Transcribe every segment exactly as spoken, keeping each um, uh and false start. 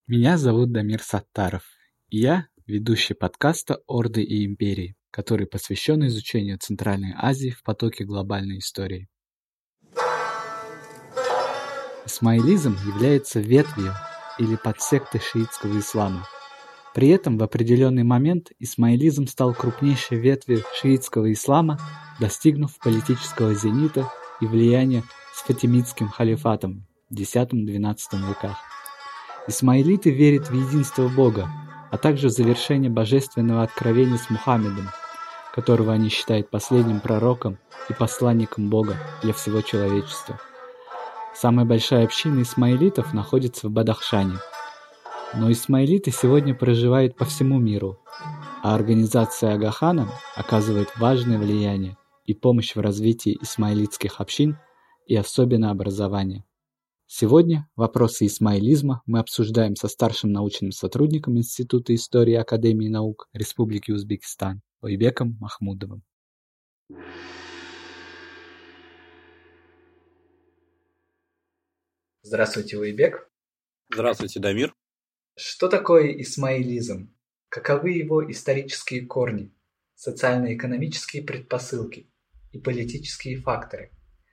Меня зовут Дамир Саттаров, и я ведущий подкаста «Орды и империи», который посвящен изучению Центральной Азии в потоке глобальной истории. Исмаилизм является ветвью или подсектой шиитского ислама. При этом в определенный момент исмаилизм стал крупнейшей ветвью шиитского ислама, достигнув политического зенита и влияния с фатимидским халифатом в десятом-двенадцатом веках. Исмаилиты верят в единство Бога, а также в завершение божественного откровения с Мухаммедом, которого они считают последним пророком и посланником Бога для всего человечества. Самая большая община исмаилитов находится в Бадахшане. Но исмаилиты сегодня проживают по всему миру, а организация Ага-хана оказывает важное влияние и помощь в развитии исмаилитских общин и особенно образования. Сегодня вопросы исмаилизма мы обсуждаем со старшим научным сотрудником Института истории Академии наук Республики Узбекистан Ойбеком Махмудовым. Здравствуйте, Ойбек. Здравствуйте, Дамир. Что такое исмаилизм? Каковы его исторические корни, социально-экономические предпосылки и политические факторы?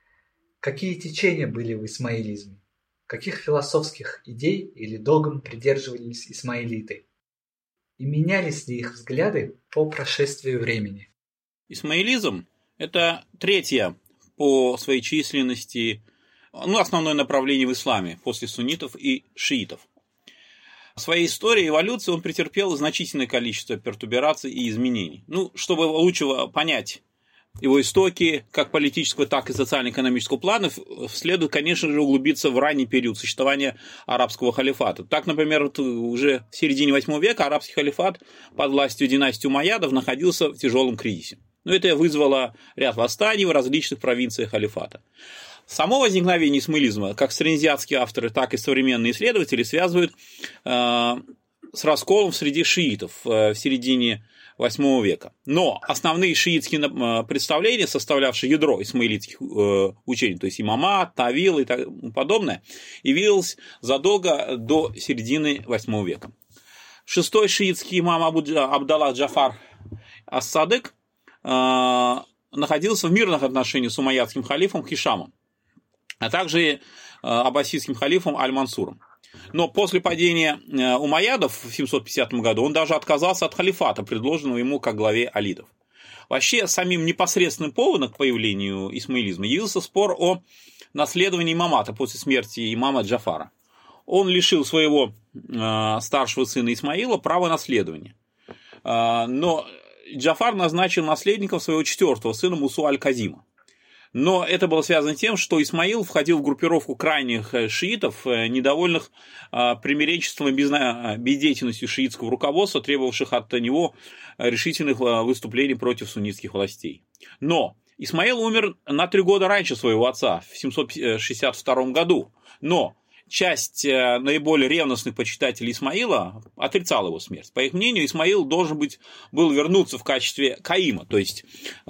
Какие течения были в исмаилизме? Каких философских идей или догм придерживались исмаилиты? И менялись ли их взгляды по прошествию времени? Исмаилизм – это третье по своей численности, ну, основное направление в исламе после суннитов и шиитов. В своей истории эволюции он претерпел значительное количество пертурбаций и изменений. Ну, чтобы лучше понять его истоки, как политического, так и социально-экономического планов, следует, конечно же, углубиться в ранний период существования арабского халифата. Так, например, уже в середине восьмого века арабский халифат под властью династии умайядов находился в тяжелом кризисе. Но это вызвало ряд восстаний в различных провинциях халифата. Само возникновение исмаилизма, как среднеазиатские авторы, так и современные исследователи, связывают э, с расколом среди шиитов э, в середине восьмого века. Но основные шиитские представления, составлявшие ядро исмаилитских э, учений, то есть имамат, тавил и тому подобное, явилось задолго до середины восьмого века. Шестой шиитский имам Абдаллах Джафар ас-Садык э, находился в мирных отношениях с умайядским халифом Хишамом, а также э, аббасидским халифом Аль-Мансуром. Но после падения умайядов в семьсот пятидесятом году он даже отказался от халифата, предложенного ему как главе алидов. Вообще, самим непосредственным поводом к появлению исмаилизма явился спор о наследовании имамата после смерти имама Джафара. Он лишил своего э, старшего сына Исмаила права наследования. Э, но Джафар назначил наследником своего четвертого сына Мусу аль-Казима. Но это было связано с тем, что Исмаил входил в группировку крайних шиитов, недовольных примиренчеством и бездеятельностью шиитского руководства, требовавших от него решительных выступлений против суннитских властей. Но Исмаил умер на три года раньше своего отца, в семьсот шестьдесят втором году. Но часть наиболее ревностных почитателей Исмаила отрицала его смерть. По их мнению, Исмаил должен быть, был вернуться в качестве каима, то есть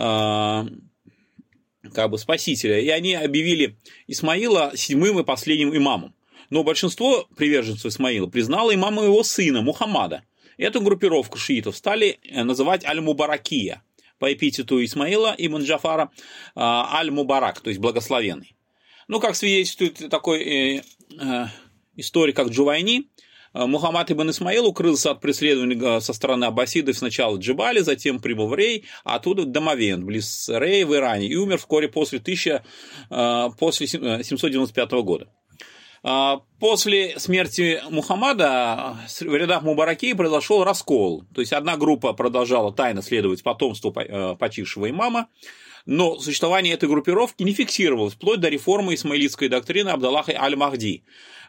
как бы спасителя, и они объявили Исмаила седьмым и последним имамом. Но большинство приверженцев Исмаила признало имамом его сына Мухаммада. Эту группировку шиитов стали называть Аль-Мубаракия, по эпитету Исмаила ибн Джафара Аль-Мубарак, то есть благословенный. Ну, как свидетельствует такой э, э, историк, как Джувайни, Мухаммад ибн Исмаил укрылся от преследования со стороны аббасидов сначала в Джибале, затем прибыл в Рей, а оттуда в Дамавент, близ Рея в Иране, и умер вскоре после, тысяча, после семьсот девяносто пятого года. После смерти Мухаммада в рядах Мубаракии произошел раскол. То есть одна группа продолжала тайно следовать потомству почившего имама, но существование этой группировки не фиксировалось вплоть до реформы исмаилитской доктрины Абдаллаха Аль-Махди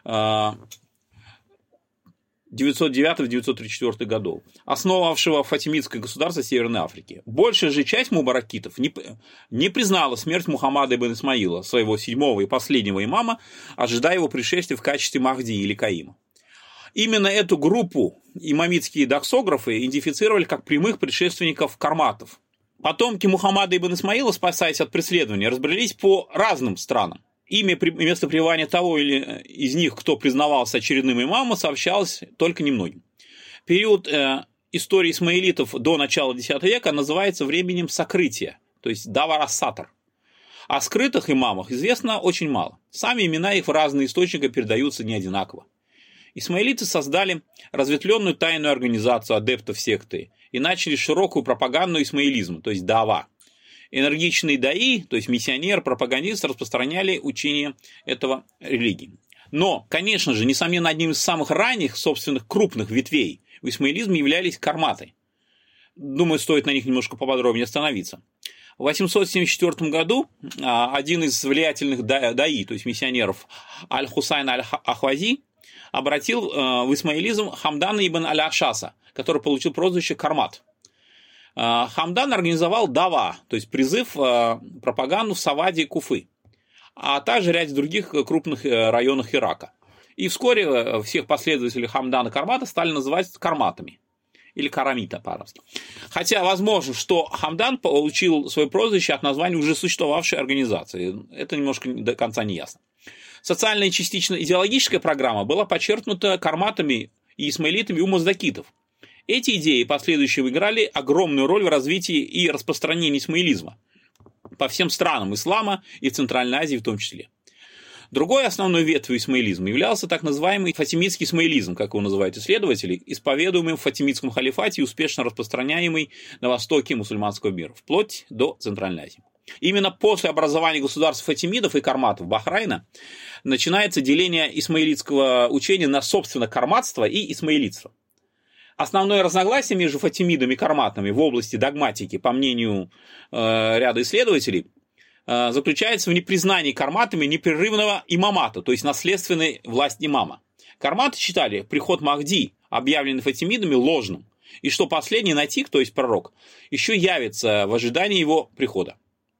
девятьсот девятого — девятьсот тридцать четвёртого годов, основавшего фатимидское государство Северной Африки. Большая же часть мубаракитов не, не признала смерть Мухаммада ибн Исмаила, своего седьмого и последнего имама, ожидая его пришествия в качестве Махди или Каима. Именно эту группу имамитские доксографы идентифицировали как прямых предшественников карматов. Потомки Мухаммада ибн Исмаила, спасаясь от преследования, разбрелись по разным странам. имя и место пребывания того или из них, кто признавался очередным имамом, сообщалось только немногим. Период э, истории исмаилитов до начала десятого века называется временем сокрытия, то есть давар-ас-сатр. О скрытых имамах известно очень мало. Сами имена их в разные источники передаются не одинаково. Исмаилиты создали разветвленную тайную организацию адептов секты и начали широкую пропаганду исмаилизма, то есть дава. Энергичные даи, то есть миссионер, пропагандист, распространяли учение этого религии. Но, конечно же, несомненно, одним из самых ранних, собственных, крупных ветвей в исмаилизме являлись карматы. Думаю, стоит на них немножко поподробнее остановиться. В восемьсот семьдесят четвёртом году один из влиятельных даи, то есть миссионеров, Аль-Хусайн Аль-Ахвази, обратил в исмаилизм Хамдана ибн Аль-Ашаса, который получил прозвище Кармат. Хамдан организовал дава, то есть призыв, пропаганду в Саваде и Куфы, а также ряд других крупных районах Ирака. И вскоре всех последователей Хамдана Кармата стали называть карматами, или карамита по-арабски. Хотя возможно, что Хамдан получил свое прозвище от названия уже существовавшей организации. Это немножко до конца не ясно. Социальная и частично идеологическая программа была подчеркнута карматами и исмаилитами у маздакитов. Эти идеи последующие играли огромную роль в развитии и распространении исмаилизма по всем странам ислама и в Центральной Азии в том числе. Другой основной ветвью исмаилизма являлся так называемый фатимидский исмаилизм, как его называют исследователи, исповедуемый в фатимидском халифате и успешно распространяемый на востоке мусульманского мира, вплоть до Центральной Азии. Именно после образования государств фатимидов и карматов Бахрайна начинается деление исмаилитского учения на, собственно, карматство и исмаилитство. Основное разногласие между фатимидами и карматами в области догматики, по мнению э, ряда исследователей, э, заключается в непризнании карматами непрерывного имамата, то есть наследственной власти имама. Карматы считали приход Махди, объявленный фатимидами, ложным, и что последний натик, то есть пророк, еще явится в ожидании его прихода.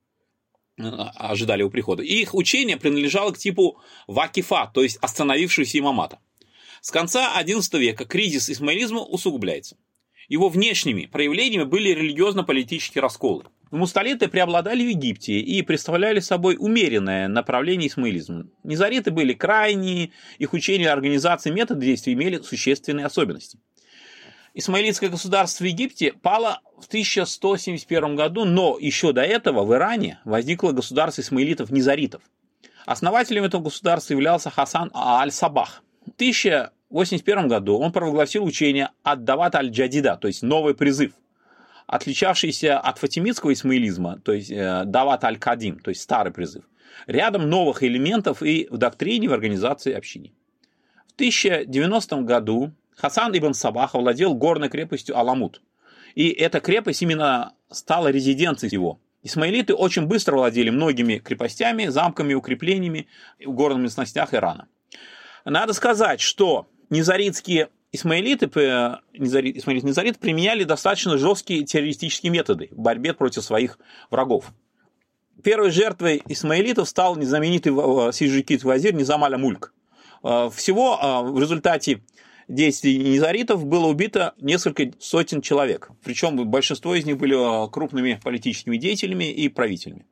Ожидали его прихода. И их учение принадлежало к типу вакифа, то есть остановившегося имамата. С конца одиннадцатого века кризис исмаилизма усугубляется. Его внешними проявлениями были религиозно-политические расколы. Мусталиты преобладали в Египте и представляли собой умеренное направление исмаилизма. Низариты были крайние, их учение, организации, методы действия имели существенные особенности. Исмаилитское государство в Египте пало в тысяча сто семьдесят первом году, но еще до этого в Иране возникло государство исмаилитов-низаритов. Основателем этого государства являлся Хасан аль-Сабах. В тысяча восемьдесят первом году он провозгласил учение ад-дават аль-джадида, то есть новый призыв, отличавшийся от фатимидского исмаилизма, то есть дават аль-кадим, то есть старый призыв, рядом новых элементов и в доктрине, в организации общины. В тысяча девяностом году Хасан ибн Сабах овладел горной крепостью Аламут, и эта крепость именно стала резиденцией его. Исмаилиты очень быстро владели многими крепостями, замками, укреплениями в горных местностях Ирана. Надо сказать, что низаритские исмаилиты, низарит, исмаилиты низарит применяли достаточно жесткие террористические методы в борьбе против своих врагов. Первой жертвой исмаилитов стал незнаменитый сиджикит-вазир Низам аль-Мульк. Всего в результате действий низаритов было убито несколько сотен человек. Причем большинство из них были крупными политическими деятелями и правителями.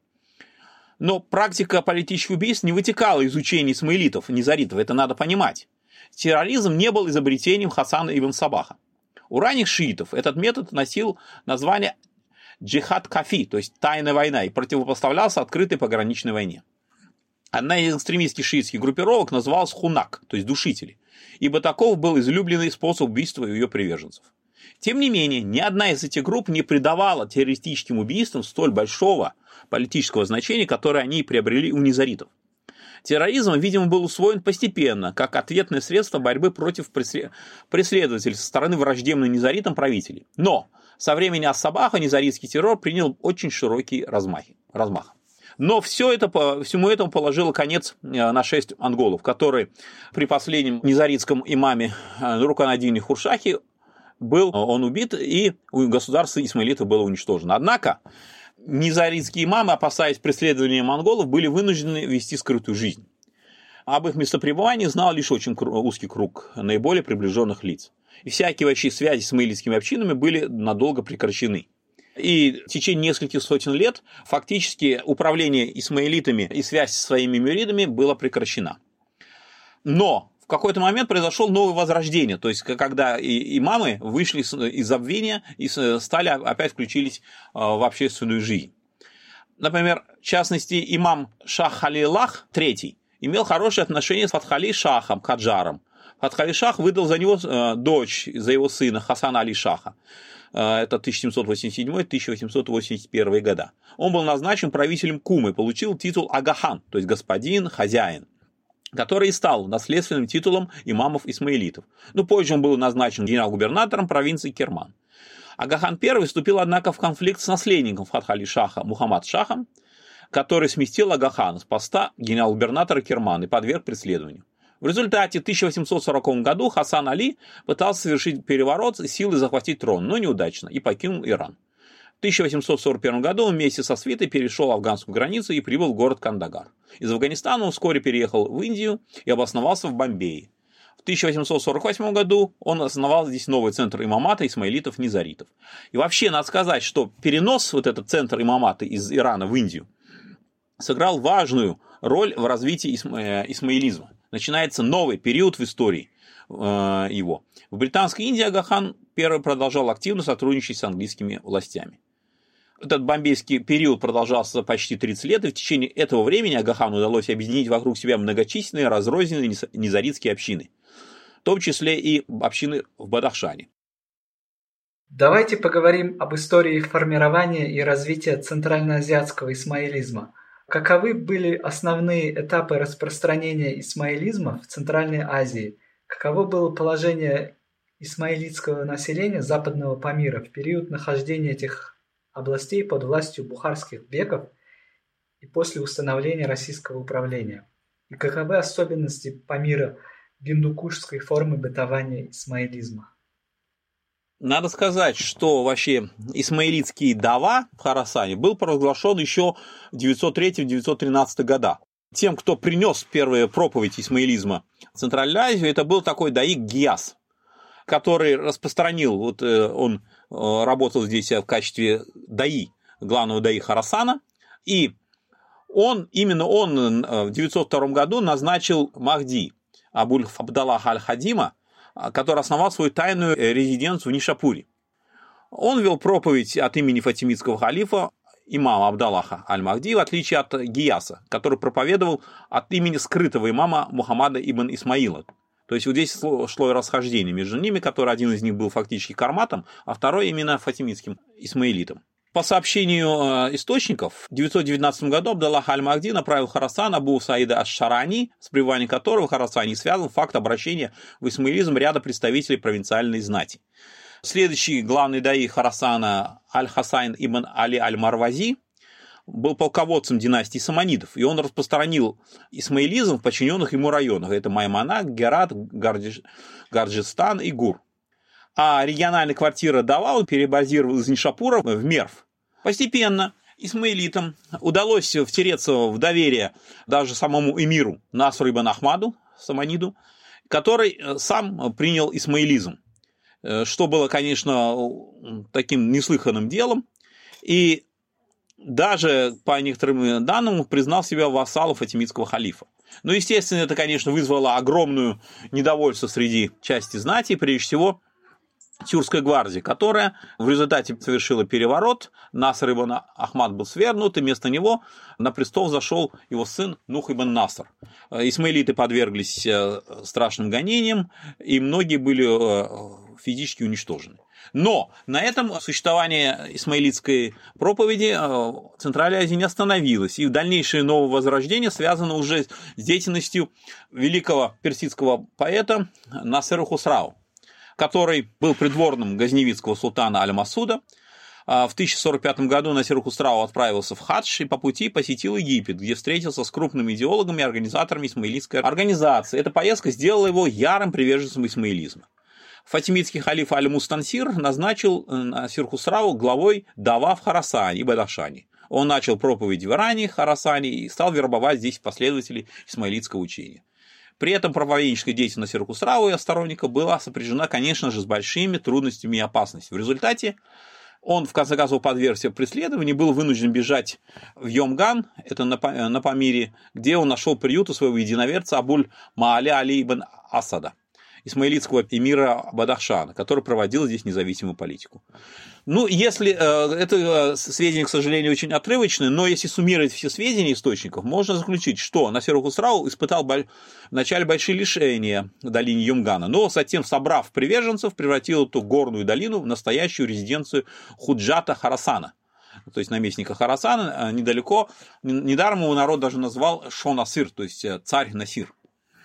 Но практика политических убийств не вытекала из учений исмаилитов, низаритов, это надо понимать. Терроризм не был изобретением Хасана ибн Сабаха. У ранних шиитов этот метод носил название джихад кафи, то есть тайная война, и противопоставлялся открытой пограничной войне. Одна из экстремистских шиитских группировок называлась хунак, то есть душители, ибо таков был излюбленный способ убийства ее приверженцев. Тем не менее, ни одна из этих групп не придавала террористическим убийствам столь большого политического значения, которое они приобрели у низаритов. Терроризм, видимо, был усвоен постепенно, как ответное средство борьбы против преследователей со стороны враждебных низаритам правителей. Но со времени ас-Сабаха низаритский террор принял очень широкий размах. Но все это, всему этому положило конец нашествию монголов, который при последнем низаритском имаме Нуркан-ад-Дин Хуршахе был он убит, и государство исмаилитов было уничтожено. Однако низаритские имамы, опасаясь преследования монголов, были вынуждены вести скрытую жизнь. Об их местопребывании знал лишь очень узкий круг наиболее приближенных лиц. И всякие вообще связи с исмаилитскими общинами были надолго прекращены. И в течение нескольких сотен лет фактически управление исмаилитами и связь со своими мюридами была прекращена. Но в какой-то момент произошло новое возрождение, то есть когда имамы вышли из забвения и стали опять включились в общественную жизнь. Например, в частности, имам Шах Халилах третий имел хорошие отношения с Фатхали Шахом Хаджаром. Фатхали Шах выдал за него дочь, за его сына Хасана Али Шаха. Это тысяча семьсот восемьдесят седьмой — тысяча восемьсот восемьдесят первый года. Он был назначен правителем Кумы, получил титул Агахан, то есть господин, хозяин, который и стал наследственным титулом имамов-исмаилитов. Но позже он был назначен генерал-губернатором провинции Керман. Агахан I вступил, однако, в конфликт с наследником Фатхали Шаха Мухаммад Шахом, который сместил Агахана с поста генерал-губернатора Кермана и подверг преследованию. В результате в тысяча восемьсот сороковом году Хасан Али пытался совершить переворот и силой захватить трон, но неудачно, и покинул Иран. В тысяча восемьсот сорок первом году он вместе со свитой перешел афганскую границу и прибыл в город Кандагар. Из Афганистана он вскоре переехал в Индию и обосновался в Бомбее. В тысяча восемьсот сорок восьмом году он основал здесь новый центр имамата исмаилитов низаритов. И вообще надо сказать, что перенос вот этот центр имамата из Ирана в Индию сыграл важную роль в развитии исма- исмаилизма. Начинается новый период в истории э, его. В британской Индии Агахан I продолжал активно сотрудничать с английскими властями. Этот бомбейский период продолжался почти тридцать лет, и в течение этого времени Агахану удалось объединить вокруг себя многочисленные разрозненные низаритские общины, в том числе и общины в Бадахшане. Давайте поговорим об истории формирования и развития центральноазиатского исмаилизма. Каковы были основные этапы распространения исмаилизма в Центральной Азии? Каково было положение исмаилитского населения Западного Памира в период нахождения этих областей под властью бухарских беков и после установления российского управления? И каковы особенности Памира гиндукушской формы бытования исмаилизма? Надо сказать, что вообще исмаилитский дава в Хорасане был провозглашен еще в девятьсот третьем — девятьсот тринадцатом годах. Тем, кто принес первую проповедь исмаилизма в Центральную Азию, это был такой даик Гияс, который распространил, вот он работал здесь в качестве даи, главного даи Хорасана, и он, именно он в девятьсот втором году назначил Махди Абуль-Абдаллах аль-Хадима, который основал свою тайную резиденцию в Нишапуре. Он вел проповедь от имени фатимидского халифа имама Абдаллаха аль-Махди, в отличие от Гияса, который проповедовал от имени скрытого имама Мухаммада ибн Исмаила. То есть вот здесь шло и расхождение между ними, который один из них был фактически карматом, а второй именно фатимидским исмаилитом. По сообщению источников, в девятьсот девятнадцатом году Абдаллах аль-Махди направил в Хорасан Абу Саида аш-Шарани, с пребыванием которого в Хорасане связан факт обращения в исмаилизм ряда представителей провинциальной знати. Следующий главный даи Хорасана Аль-Хасайн ибн Али аль-Марвази был полководцем династии Саманидов, и он распространил исмаилизм в подчиненных ему районах. Это Маймана, Герат, Гардж... Гарджистан и Гур. А региональная квартира Давау перебазировал из Нишапура в Мерв. Постепенно исмаилитам удалось втереться в доверие даже самому эмиру Насру ибн Ахмаду, Саманиду, который сам принял исмаилизм, что было, конечно, таким неслыханным делом, и даже, по некоторым данным, признал себя вассалом фатимидского халифа. Но, естественно, это, конечно, вызвало огромное недовольство среди части знати, прежде всего тюркской гвардии, которая в результате совершила переворот. Наср ибн Ахмад был свергнут, и вместо него на престол зашел его сын Нух ибн Наср. Исмаилиты подверглись страшным гонениям, и многие были физически уничтожены. Но на этом существование исмаилитской проповеди в Центральной Азии не остановилось, и дальнейшее новое возрождение связано уже с деятельностью великого персидского поэта Насера Хусрау, который был придворным газневидского султана Аль-Масуда. В тысяча сорок пятом году Насер Хусрау отправился в хадж и по пути посетил Египет, где встретился с крупными идеологами и организаторами исмаилитской организации. Эта поездка сделала его ярым приверженцем исмаилизма. Фатимидский халиф Аль-Мустансир назначил Насер Хусрау главой дава в Хорасане и Бадахшане. Он начал проповедь в Иране, Хорасане и стал вербовать здесь последователей исмаилитского учения. При этом проповедническая деятельность Насера Хусрау и сторонников была сопряжена, конечно же, с большими трудностями и опасностями. В результате Он, в конце концов, подвергся преследованию, был вынужден бежать в Йомган, это на, на Памире, где он нашел приют у своего единоверца Абуль-Мааля Али ибн Асада, исмаилитского эмира Бадахшана, который проводил здесь независимую политику. Ну, если э, это сведения, к сожалению, очень отрывочные, но если суммировать все сведения источников, можно заключить, что Насер Хусрау испытал в начале большие лишения в долине Йомгана, но затем, собрав приверженцев, превратил эту горную долину в настоящую резиденцию Худжата Харасана, то есть наместника Харасана, недалеко. Недаром его народ даже назвал Шо-Насир, то есть царь Насир.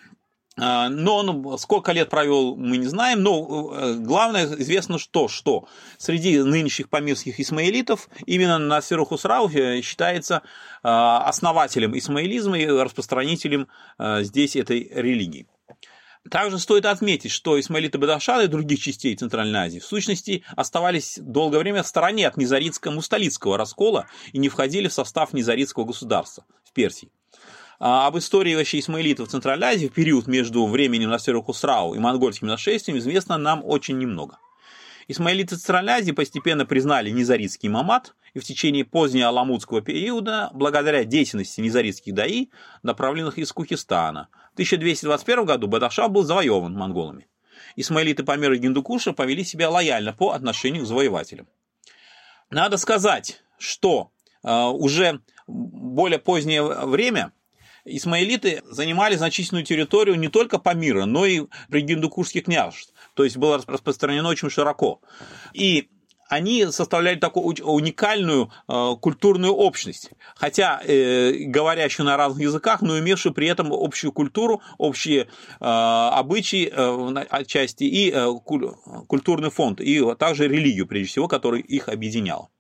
Но он сколько лет провел, мы не знаем, но главное известно, что, что среди нынешних памирских исмаилитов именно Насер Хусрау считается основателем исмаилизма и распространителем здесь этой религии. Также стоит отметить, что исмаилиты Бадахшана и других частей Центральной Азии в сущности оставались долгое время в стороне от низаритско-мусталитского раскола и не входили в состав низаритского государства в Персии. Об истории вообще исмаилитов в Центральной Азии в период между временем Насера Хусрау и монгольским нашествием известно нам очень немного. Исмаилиты Центральной Азии постепенно признали низаритский имамат, и в течение позднего аламутского периода, благодаря деятельности низаритских даи, направленных из Кухистана, в тысяча двести двадцать первом году Бадахшан был завоеван монголами. Исмаилиты Памира и Гиндукуша повели себя лояльно по отношению к завоевателям. Надо сказать, что э, уже более позднее время исмаилиты занимали значительную территорию не только Памира, но и пригиндукушских княжеств. То есть было распространено очень широко. И они составляли такую уникальную э, культурную общность, хотя э, говорящую на разных языках, но имевшую при этом общую культуру, общие э, обычаи э, отчасти и э, культурный фонд, и также религию, прежде всего, которая их объединяла.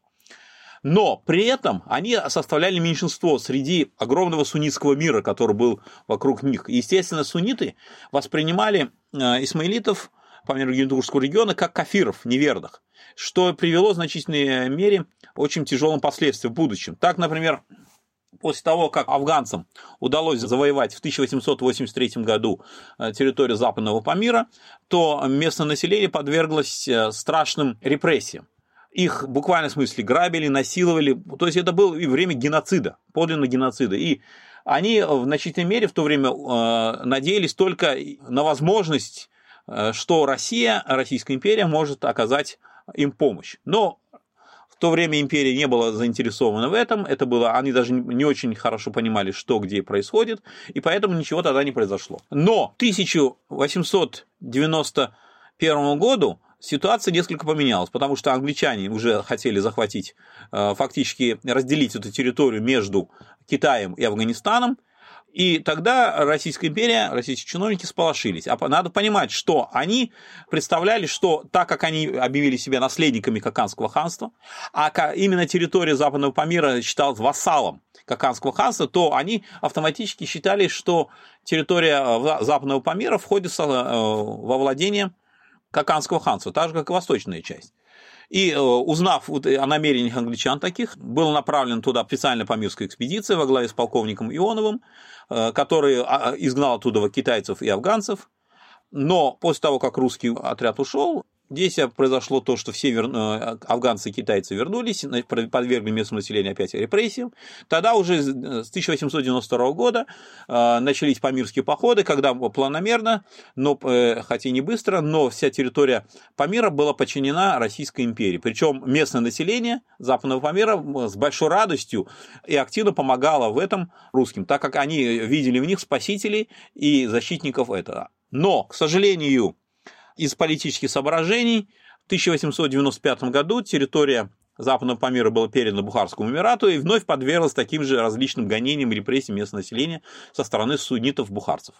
Но при этом они составляли меньшинство среди огромного суннитского мира, который был вокруг них. И, естественно, сунниты воспринимали исмаилитов по мере Гиндукушского региона как кафиров, неверных, что привело в значительной мере к очень тяжелым последствиям в будущем. Так, например, после того, как афганцам удалось завоевать в тысяча восемьсот восемьдесят третьем году территорию Западного Памира, то местное население подверглось страшным репрессиям. Их в буквальном смысле грабили, насиловали. То есть это было и время геноцида, подлинного геноцида. И они в значительной мере в то время надеялись только на возможность, что Россия, Российская империя может оказать им помощь. Но в то время империя не была заинтересована в этом. Это было, они даже не очень хорошо понимали, что где происходит, и поэтому ничего тогда не произошло. Но к тысяча восемьсот девяносто первому году ситуация несколько поменялась, потому что англичане уже хотели захватить, фактически разделить эту территорию между Китаем и Афганистаном, и тогда Российская империя, российские чиновники сполошились. А надо понимать, что они представляли, что так как они объявили себя наследниками Каканского ханства, а именно территория Западного Памира считалась вассалом Каканского ханства, то они автоматически считали, что территория Западного Памира входит во владение Каканского ханства, так же, как и восточная часть. И узнав о намерениях англичан таких, была направлена туда специальная памирская экспедиция во главе с полковником Ионовым, который изгнал оттуда китайцев и афганцев. Но после того, как русский отряд ушел, здесь произошло то, что все вер... афганцы и китайцы вернулись, подвергли местному населению опять репрессиям. Тогда уже с тысяча восемьсот девяносто второго года начались памирские походы, когда планомерно, но, хотя и не быстро, но вся территория Памира была подчинена Российской империи. Причем местное население Западного Памира с большой радостью и активно помогало в этом русским, так как они видели в них спасителей и защитников этого. Но, к сожалению, из политических соображений в тысяча восемьсот девяносто пятом году территория Западного Памира была передана Бухарскому эмирату и вновь подверглась таким же различным гонениям и репрессиям местного населения со стороны суннитов-бухарцев,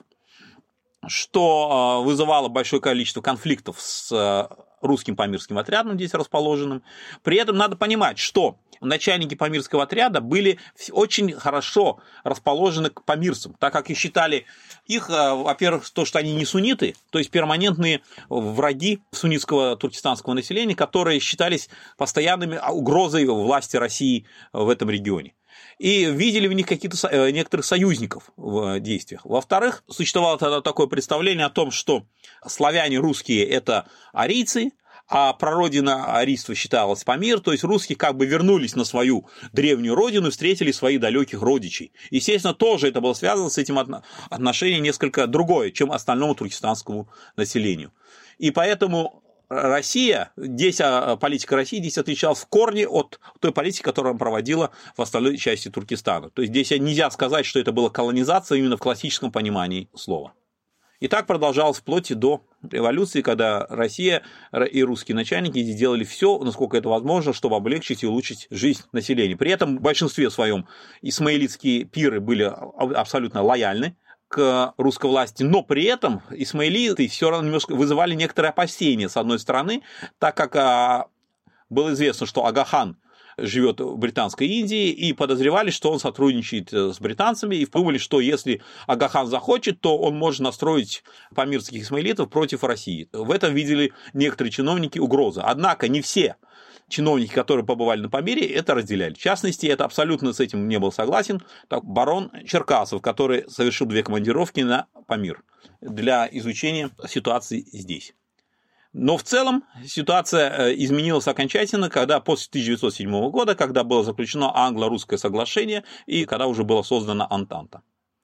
что вызывало большое количество конфликтов с русским памирским отрядом, здесь расположенным. При этом надо понимать, что начальники памирского отряда были очень хорошо расположены к памирцам, так как и считали их, во-первых, то, что они не сунниты, то есть перманентные враги суннитского туркестанского населения, которые считались постоянными угрозой власти России в этом регионе. И видели в них каких-то некоторых союзников в действиях. Во-вторых, существовало тогда такое представление о том, что славяне русские – это арийцы, а прародина арийства считалась Памир, то есть русские как бы вернулись на свою древнюю родину и встретили своих далеких родичей. Естественно, тоже это было связано с этим отношением несколько другое, чем остальному туркестанскому населению. И поэтому Россия, здесь, политика России здесь отличалась в корне от той политики, которую она проводила в остальной части Туркестана. То есть здесь нельзя сказать, что это была колонизация именно в классическом понимании слова. И так продолжалось вплоть до революции, когда Россия и русские начальники сделали все, насколько это возможно, чтобы облегчить и улучшить жизнь населения. При этом в большинстве своем исмаилитские пиры были абсолютно лояльны к русской власти, но при этом исмаилиты все равно немножко вызывали некоторые опасения, с одной стороны, так как было известно, что Ага-хан живет в Британской Индии, и подозревали, что он сотрудничает с британцами, и думали, что если Ага-хан захочет, то он может настроить памирских исмаилитов против России. В этом видели некоторые чиновники угрозы. Однако не все чиновники, которые побывали на Памире, это разделяли. В частности, это абсолютно с этим не был согласен так, барон Черкасов, который совершил две командировки на Памир для изучения ситуации здесь. Но в целом ситуация изменилась окончательно, когда после тысяча девятьсот седьмого года, когда было заключено англо-русское соглашение и когда уже была создана Антанта.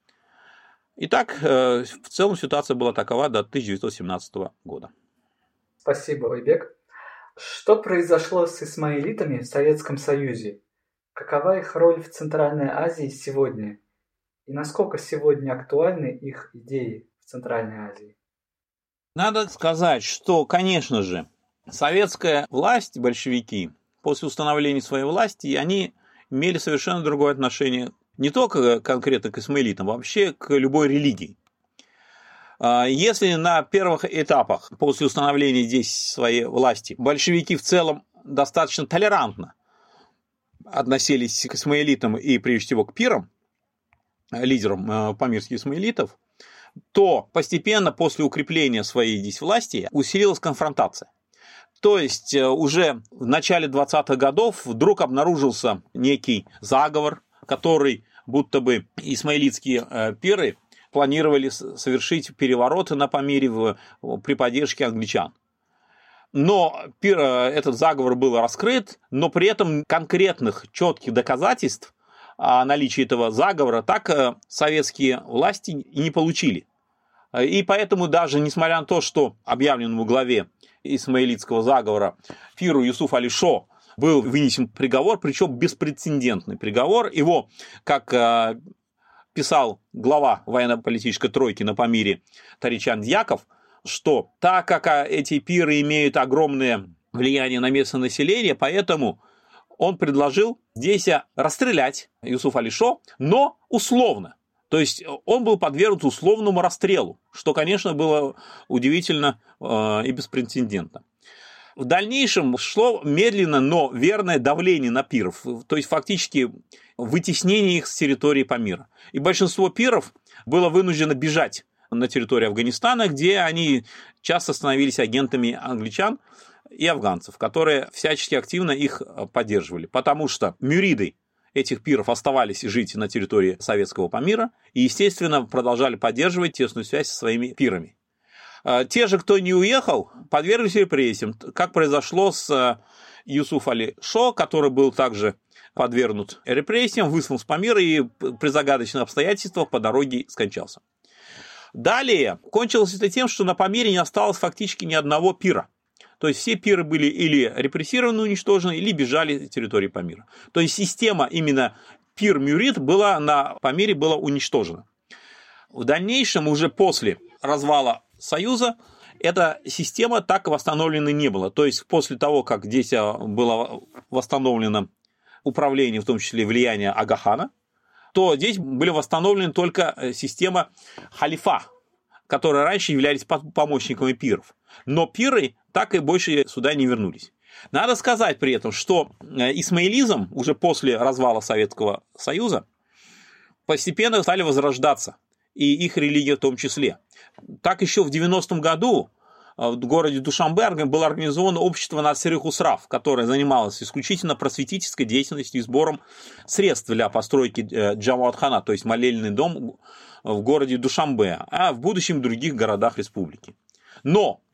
Итак, в целом ситуация была такова до тысяча девятьсот семнадцатого года. Спасибо, Ойбек. Что произошло с исмаилитами в Советском Союзе? Какова их роль в Центральной Азии сегодня? И насколько сегодня актуальны их идеи в Центральной Азии? Надо сказать, что, конечно же, советская власть, большевики, после установления своей власти, они имели совершенно другое отношение не только конкретно к исмаилитам, а вообще к любой религии. Если на первых этапах после установления здесь своей власти большевики в целом достаточно толерантно относились к исмаилитам и прежде всего к пирам, лидерам памирских исмаилитов, то постепенно после укрепления своей здесь власти усилилась конфронтация. То есть уже в начале двадцатых годов вдруг обнаружился некий заговор, который будто бы исмаилитские пиры планировали совершить перевороты на Памире в, при поддержке англичан. Но пир, этот заговор был раскрыт, но при этом конкретных четких доказательств о наличии этого заговора так советские власти и не получили. И поэтому даже несмотря на то, что объявленному главе исмаилитского заговора пиру Юсуф Али Шо был вынесен приговор, причем беспрецедентный приговор, его, как писал глава военно-политической тройки на Памире Таричан Дьяков, что так как эти пиры имеют огромное влияние на местное население, поэтому он предложил здесь расстрелять Юсуф Али Шо, но условно. То есть он был подвергнут условному расстрелу, что, конечно, было удивительно и беспрецедентно. В дальнейшем шло медленно, но верное давление на пиров, то есть фактически вытеснение их с территории Памира. И большинство пиров было вынуждено бежать на территорию Афганистана, где они часто становились агентами англичан и афганцев, которые всячески активно их поддерживали, потому что мюриды этих пиров оставались жить на территории советского Памира и, естественно, продолжали поддерживать тесную связь со своими пирами. Те же, кто не уехал, подверглись репрессиям, как произошло с Юсуф Али Шо, который был также подвергнут репрессиям, выслан с Памира и при загадочных обстоятельствах по дороге скончался. Далее кончилось это тем, что на Памире не осталось фактически ни одного пира. То есть все пиры были или репрессированы, уничтожены, или бежали с территории Памира. То есть система именно пир-мюрид была на Памире была уничтожена. В дальнейшем, уже после развала Союза, эта система так восстановлена не была. То есть после того, как здесь было восстановлено управление, в том числе влияние Ага-хана, то здесь были восстановлены только система халифа, которые раньше являлись помощниками пиров. Но пиры так и больше сюда не вернулись. Надо сказать при этом, что исмаилизм уже после развала Советского Союза постепенно стали возрождаться, и их религия в том числе. Так еще в девяностом году в городе Душанбе было организовано общество Насир Хусрав, которое занималось исключительно просветительской деятельностью и сбором средств для постройки Джамаат-хана, то есть молельный дом в городе Душанбе, а в будущем в других городах республики. Но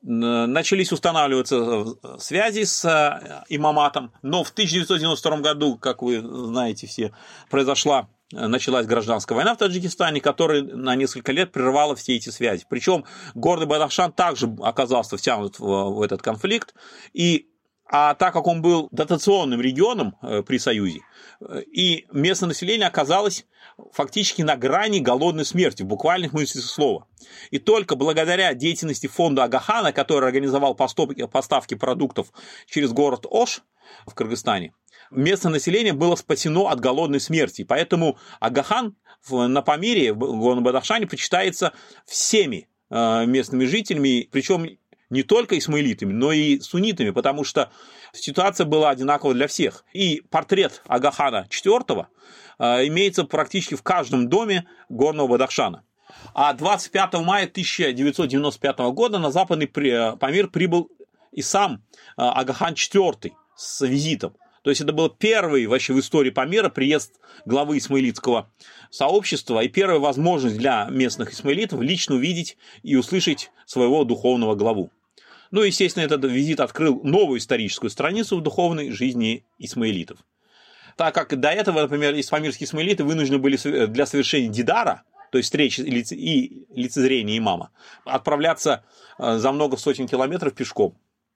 начались устанавливаться связи с имаматом, но в тысяча девятьсот девяносто втором году, как вы знаете все, произошла, началась гражданская война в Таджикистане, которая на несколько лет прервала все эти связи. Причем горный Бадахшан также оказался втянут в, в этот конфликт, и А так как он был дотационным регионом при Союзе, и местное население оказалось фактически на грани голодной смерти, в буквальных смысле слова. И только благодаря деятельности фонда Агахана, который организовал поставки продуктов через город Ош в Кыргызстане, местное население было спасено от голодной смерти. Поэтому Агахан на Памире, в горном Бадахшане, почитается всеми местными жителями, причем не только исмаилитами, но и суннитами, потому что ситуация была одинакова для всех. И портрет Агахана четвёртого имеется практически в каждом доме горного Бадахшана. А двадцать пятого мая тысяча девятьсот девяносто пятого года на Западный Памир прибыл и сам Агахан четвёртый с визитом. То есть это был первый вообще в истории Памира приезд главы исмаилитского сообщества и первая возможность для местных исмаилитов лично увидеть и услышать своего духовного главу. Ну, естественно, этот визит открыл новую историческую страницу в духовной жизни исмаилитов. Так как до этого, например, памирские исмаилиты вынуждены были для совершения дидара, то есть встречи и лицезрения имама, отправляться за много сотен километров пешком.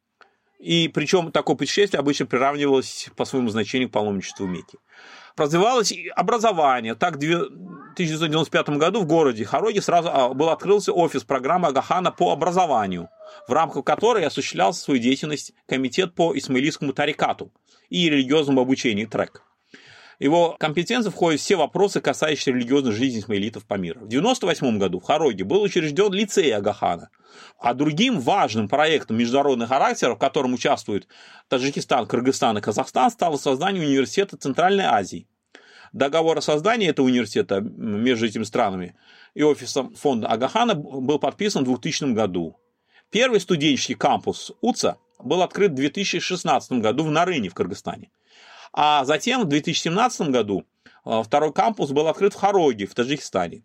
И причем такое путешествие обычно приравнивалось по своему значению к паломничеству в Мекке. Развивалось образование. Так, в тысяча девятьсот девяносто пятом году в городе Хароги сразу был открылся офис программы Агахана по образованию, в рамках которой осуществлял свою деятельность комитет по исмаилитскому тарикату и религиозному обучению ТРЭК. Его компетенции входят все вопросы, касающиеся религиозной жизни исмаилитов Памира. В девяносто восьмом году в Хароге был учрежден лицей Агахана, а другим важным проектом международного характера, в котором участвуют Таджикистан, Кыргызстан и Казахстан, стало создание университета Центральной Азии. Договор о создании этого университета между этими странами и офисом фонда Агахана был подписан в двухтысячном году. Первый студенческий кампус УЦА был открыт в две тысячи шестнадцатом году в Нарыне в Кыргызстане. А затем в две тысячи семнадцатом году второй кампус был открыт в Хароге, в Таджикистане.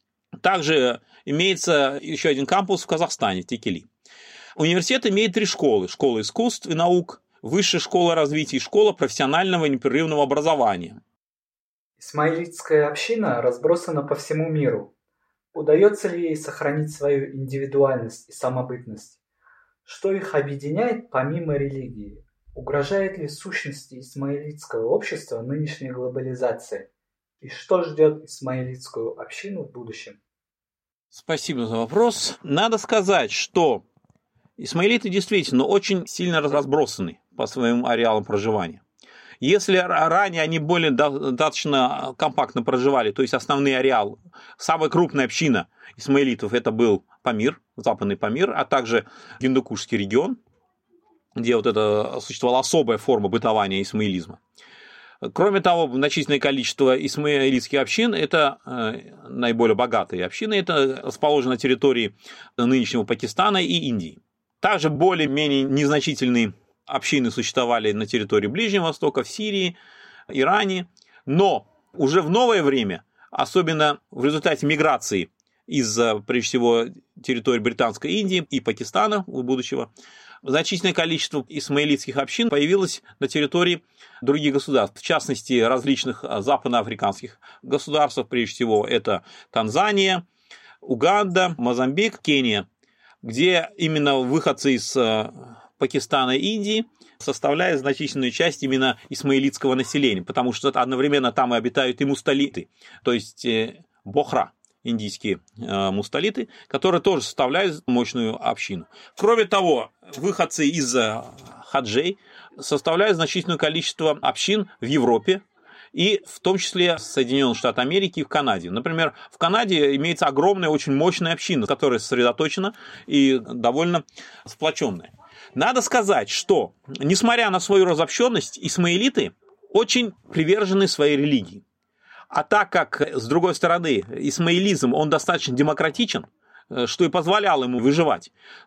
Также имеется еще один кампус в Казахстане, в Текели. Университет имеет три школы. Школа искусств и наук, высшая школа развития и школа профессионального непрерывного образования. Исмаилитская община разбросана по всему миру. Удается ли ей сохранить свою индивидуальность и самобытность? Что их объединяет помимо религии? Угрожает ли сущности исмаилитского общества нынешняя глобализация? И что ждет исмаилитскую общину в будущем? Спасибо за вопрос. Надо сказать, что исмаилиты действительно очень сильно разбросаны по своим ареалам проживания. Если ранее они более достаточно компактно проживали, то есть основной ареал, самая крупная община исмаилитов это был Памир, Западный Памир, а также Гиндукушский регион, где вот это существовала особая форма бытования исмаилизма. Кроме того, значительное количество исмаилитских общин, это э, наиболее богатые общины, это расположено на территории нынешнего Пакистана и Индии. Также более-менее незначительные общины существовали на территории Ближнего Востока, в Сирии, Иране, но уже в новое время, особенно в результате миграции из, прежде всего, территории Британской Индии и Пакистана будущего, значительное количество исмаилитских общин появилось на территории других государств, в частности, различных западноафриканских государств, прежде всего, это Танзания, Уганда, Мозамбик, Кения, где именно выходцы из Пакистана и Индии составляют значительную часть именно исмаилитского населения, потому что одновременно там и обитают и мусталиты, то есть бохра, индийские э, мусталиты, которые тоже составляют мощную общину. Кроме того, выходцы из э, хаджей составляют значительное количество общин в Европе, и в том числе в Соединенных Штатах Америки и в Канаде. Например, в Канаде имеется огромная, очень мощная община, которая сосредоточена и довольно сплоченная. Надо сказать, что, несмотря на свою разобщенность, исмаилиты очень привержены своей религии. А так как, с другой стороны, исмаилизм, он достаточно демократичен, что и позволяло ему выживать,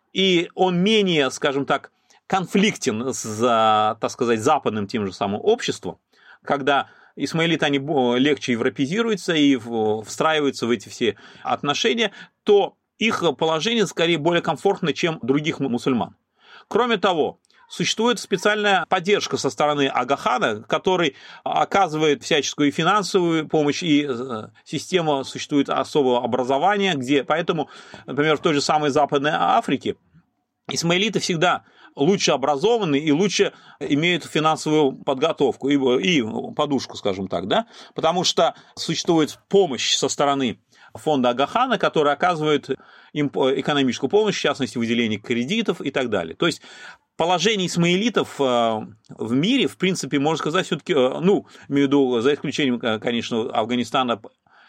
и он менее, скажем так, конфликтен с, так сказать, западным тем же самым обществом, когда исмаилиты, они легче европеизируются и встраиваются в эти все отношения, то их положение скорее более комфортно, чем других мусульман. Кроме того, существует специальная поддержка со стороны Ага-хана, который оказывает всяческую финансовую помощь, и система существует особого образования, где, поэтому, например, в той же самой Западной Африке исмаилиты всегда лучше образованы и лучше имеют финансовую подготовку и, и подушку, скажем так, да, потому что существует помощь со стороны фонда Ага-хана, который оказывает им экономическую помощь, в частности, выделение кредитов и так далее. То есть положение исмаилитов в мире, в принципе, можно сказать, все-таки, ну, имею в виду, за исключением, конечно, Афганистана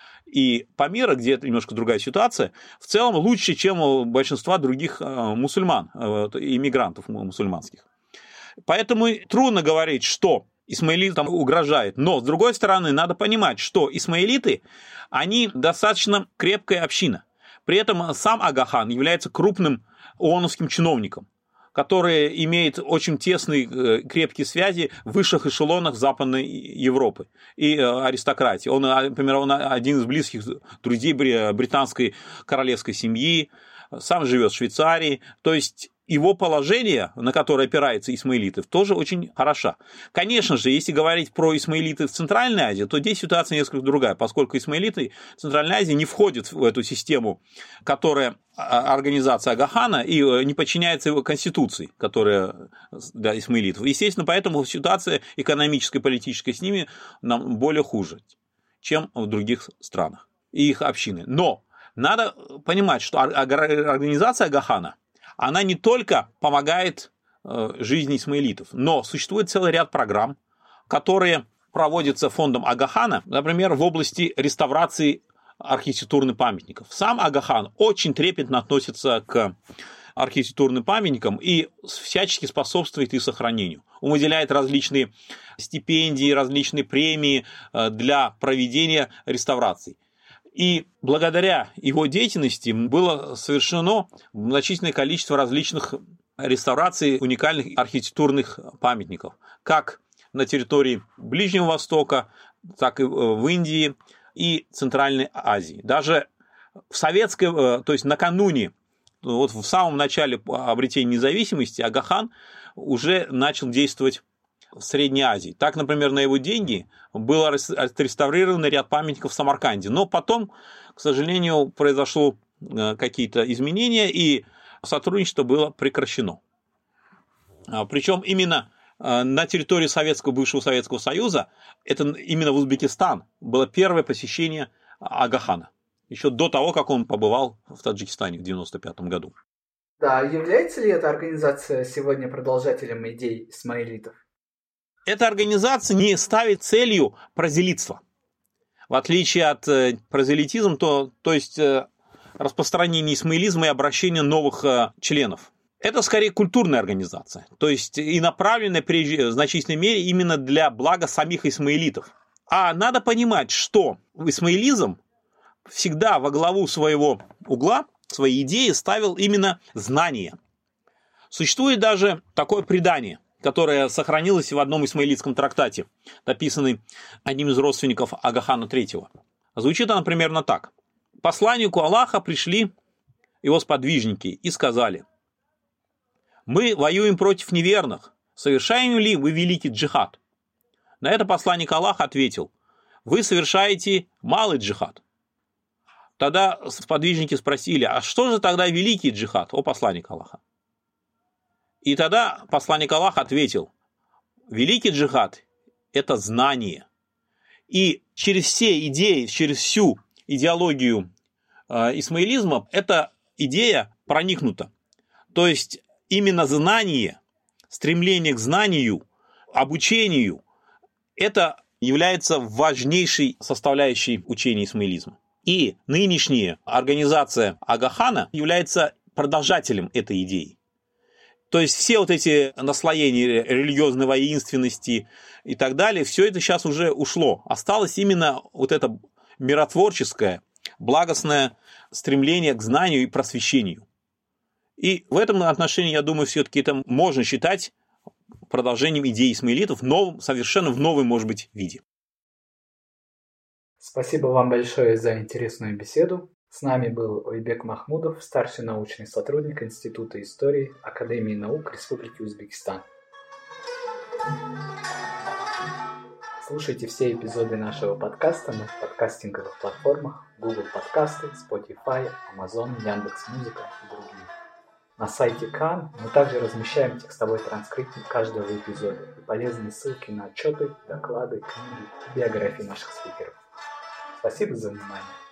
и Памира, где это немножко другая ситуация, в целом лучше, чем у большинства других мусульман, иммигрантов мусульманских. Поэтому трудно говорить, что исмаилитам угрожает. Но, с другой стороны, надо понимать, что исмаилиты, они достаточно крепкая община. При этом сам Ага-хан является крупным ооновским чиновником, который имеет очень тесные крепкие связи в высших эшелонах Западной Европы и аристократии. Он, например, он один из близких друзей британской королевской семьи, сам живет в Швейцарии. То есть его положение, на которое опираются исмаилиты, тоже очень хороша. Конечно же, если говорить про исмаилиты в Центральной Азии, то здесь ситуация несколько другая, поскольку исмаилиты в Центральной Азии не входят в эту систему, которая организация Ага-хана, и не подчиняется его конституции, которая для исмаилитов. Естественно, поэтому ситуация экономическая и политическая с ними нам более хуже, чем в других странах и их общины. Но надо понимать, что организация Ага-хана, она не только помогает жизни исмаилитов, но существует целый ряд программ, которые проводятся фондом Ага-хана, например, в области реставрации архитектурных памятников. Сам Ага-хан очень трепетно относится к архитектурным памятникам и всячески способствует их сохранению. Он выделяет различные стипендии, различные премии для проведения реставраций. И благодаря его деятельности было совершено значительное количество различных реставраций уникальных архитектурных памятников, как на территории Ближнего Востока, так и в Индии и Центральной Азии. Даже в советской, то есть накануне, вот в самом начале обретения независимости, Ага-хан уже начал действовать в Средней Азии. Так, например, на его деньги был отреставрирован ряд памятников в Самарканде. Но потом, к сожалению, произошло какие-то изменения, и сотрудничество было прекращено. Причем именно на территории Советского, бывшего Советского Союза, это именно в Узбекистан было первое посещение Ага-хана, еще до того, как он побывал в Таджикистане в девяносто пятом году. Да, является ли эта организация сегодня продолжателем идей исмаилитов? Эта организация не ставит целью прозелитства. В отличие от прозелитизма, то, то есть распространения исмаилизма и обращения новых членов. Это скорее культурная организация, то есть и направленная в значительной мере именно для блага самих исмаилитов. А надо понимать, что исмаилизм всегда во главу своего угла, своей идеи ставил именно знания. Существует даже такое предание, которое сохранилось в одном исмаилитском трактате, написанный одним из родственников Ага-хана третьего. Звучит оно примерно так. Посланнику Аллаха пришли его сподвижники и сказали: «Мы воюем против неверных. Совершаем ли вы великий джихад?» На это посланник Аллаха ответил: «Вы совершаете малый джихад». Тогда сподвижники спросили: «А что же тогда великий джихад, о посланник Аллаха?» И тогда посланник Аллаха ответил: великий джихад – это знание. И через все идеи, через всю идеологию э, исмаилизма эта идея проникнута. То есть именно знание, стремление к знанию, обучению – это является важнейшей составляющей учения исмаилизма. И нынешняя организация Ага-хана является продолжателем этой идеи. То есть все вот эти наслоения религиозной воинственности и так далее, все это сейчас уже ушло. Осталось именно вот это миротворческое, благостное стремление к знанию и просвещению. И в этом отношении, я думаю, все-таки это можно считать продолжением идей исмаилитов, новым, совершенно в новом, может быть, виде. Спасибо вам большое за интересную беседу. С нами был Ойбек Махмудов, старший научный сотрудник Института истории Академии наук Республики Узбекистан. Слушайте все эпизоды нашего подкаста на подкастинговых платформах Google Подкасты, Spotify, Amazon, Яндекс.Музыка и другие. На сайте Кан мы также размещаем текстовой транскрипт каждого эпизода и полезные ссылки на отчеты, доклады, книги и биографии наших спикеров. Спасибо за внимание.